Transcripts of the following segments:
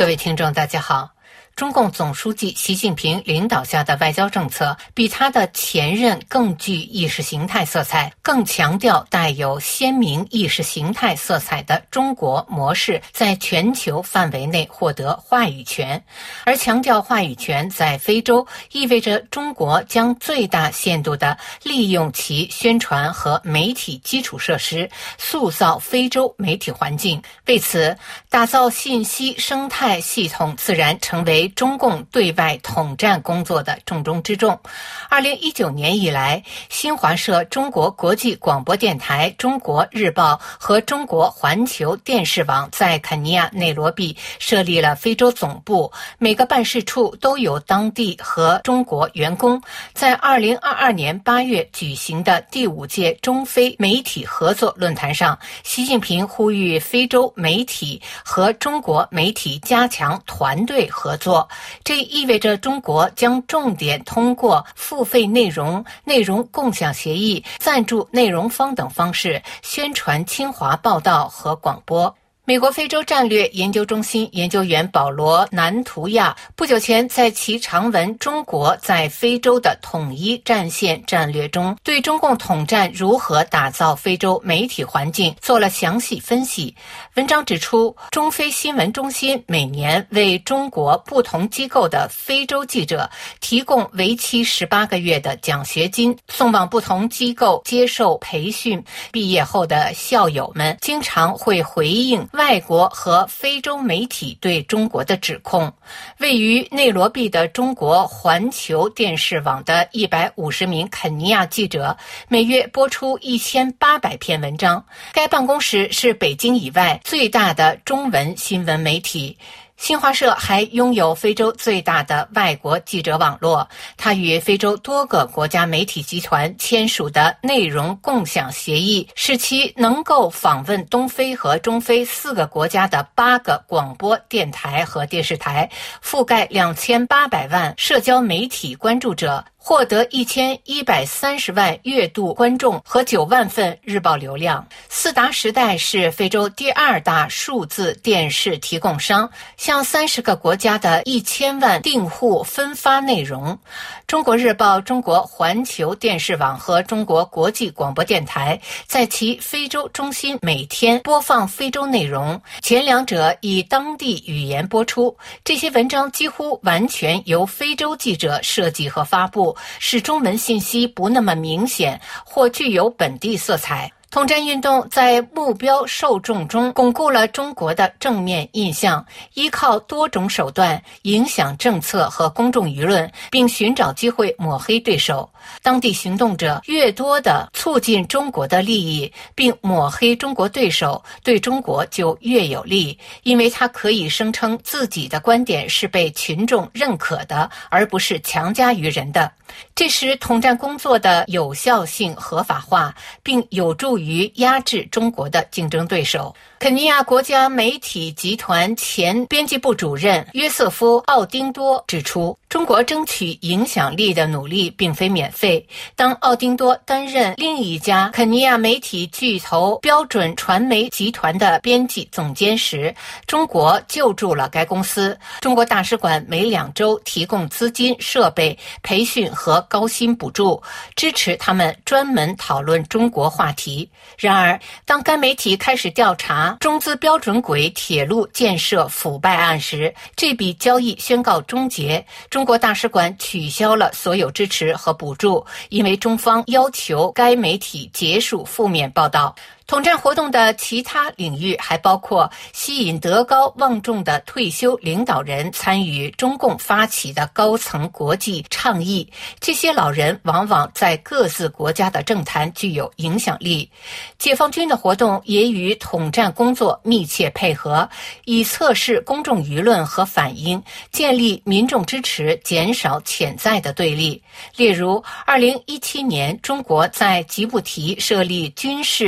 各位听众大家好。中共总书记习近平领导下的外交政策比他的前任更具意识形态色彩，更强调带有鲜明意识形态色彩的中国模式在全球范围内获得话语权。而强调话语权在非洲，意味着中国将最大限度地利用其宣传和媒体基础设施，塑造非洲媒体环境。为此，打造信息生态系统自然成为中共对外统战工作的重中之重。2019年以来，新华社中国国际广播电台、中国日报和中国环球电视网在肯尼亚内罗毕设立了非洲总部，每个办事处都有当地和中国员工。在2022年8月举行的第5届中非媒体合作论坛上，习近平呼吁非洲媒体和中国媒体加强团队合作。这意味着中国将重点通过付费内容、内容共享协议、赞助内容方等方式宣传侵华报道和广播。美国非洲战略研究中心研究员保罗·南图亚不久前在其长文《中国在非洲的统一战线战略》中，对中共统战如何打造非洲媒体环境做了详细分析。文章指出，中非新闻中心每年为中国不同机构的非洲记者提供为期18个月的奖学金，送往不同机构接受培训。毕业后的校友们经常会回应外国和非洲媒体对中国的指控。位于内罗毕的中国环球电视网的150名肯尼亚记者每月播出1800篇文章。该办公室是北京以外最大的中文新闻媒体。新华社还拥有非洲最大的外国记者网络，它与非洲多个国家媒体集团签署的内容共享协议，使其能够访问东非和中非4个国家的8个广播电台和电视台，覆盖2800万社交媒体关注者，获得1130万月度观众和9万份日报流量。四达时代是非洲第2大数字电视提供商，向30个国家的1000万订户分发内容。中国日报、中国环球电视网和中国国际广播电台在其非洲中心每天播放非洲内容，前两者以当地语言播出。这些文章几乎完全由非洲记者设计和发布，使中文信息不那么明显或具有本地色彩。统战运动在目标受众中巩固了中国的正面印象，依靠多种手段影响政策和公众舆论，并寻找机会抹黑对手。当地行动者越多地促进中国的利益，并抹黑中国对手，对中国就越有利，因为他可以声称自己的观点是被群众认可的，而不是强加于人的。这使统战工作的有效性合法化，并有助于压制中国的竞争对手。肯尼亚国家媒体集团前编辑部主任约瑟夫·奥丁多指出，中国争取影响力的努力并非免费。当奥丁多担任另一家肯尼亚媒体巨头标准传媒集团的编辑总监时，中国救助了该公司。中国大使馆每2周提供资金、设备、培训和高薪补助，支持他们专门讨论中国话题。然而，当该媒体开始调查中资标准轨铁路建设腐败案时，这笔交易宣告终结。中国大使馆取消了所有支持和补助，因为中方要求该媒体结束负面报道。统战活动的其他领域还包括吸引德高望重的退休领导人参与中共发起的高层国际倡议，这些老人往往在各自国家的政坛具有影响力。解放军的活动也与统战工作密切配合，以测试公众舆论和反应，建立民众支持，减少潜在的对立。例如，2017年中国在吉布提设立军事基地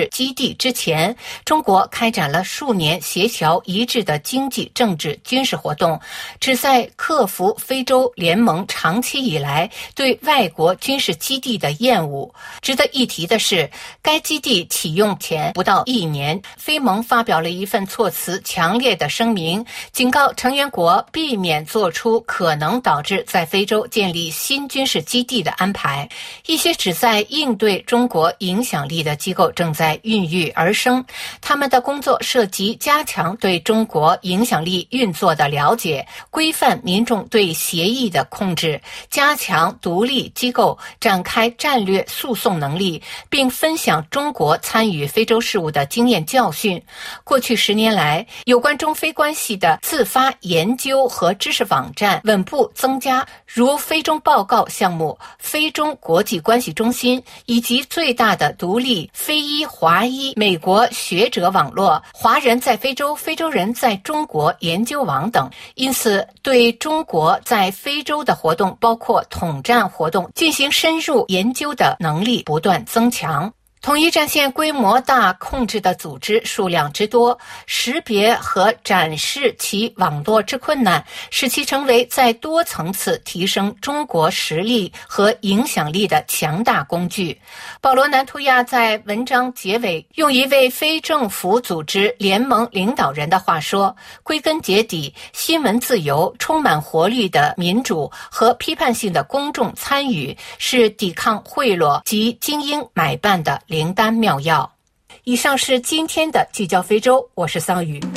纪之前，中国开展了数年协调一致的经济、政治、军事活动，旨在克服非洲联盟长期以来对外国军事基地的厌恶。值得一提的是，该基地启用前不到1年，非盟发表了一份措辞强烈的声明，警告成员国避免做出可能导致在非洲建立新军事基地的安排。一些旨在应对中国影响力的机构正在孕育而生，他们的工作涉及加强对中国影响力运作的了解，规范民众对协议的控制，加强独立机构展开战略诉讼能力，并分享中国参与非洲事务的经验教训。过去10年来，有关中非关系的自发研究和知识网站稳步增加，如非中报告项目、非中国际关系中心，以及最大的独立非裔华裔美国学者网络、华人在非洲、非洲人在中国研究网等。因此，对中国在非洲的活动，包括统战活动，进行深入研究的能力不断增强。统一战线规模大，控制的组织数量之多，识别和展示其网络之困难，使其成为在多层次提升中国实力和影响力的强大工具。保罗·南图亚在文章结尾用一位非政府组织联盟领导人的话说，归根结底，新闻自由、充满活力的民主和批判性的公众参与是抵抗贿赂及精英买办的灵丹妙药。以上是今天的聚焦非洲，我是桑宇。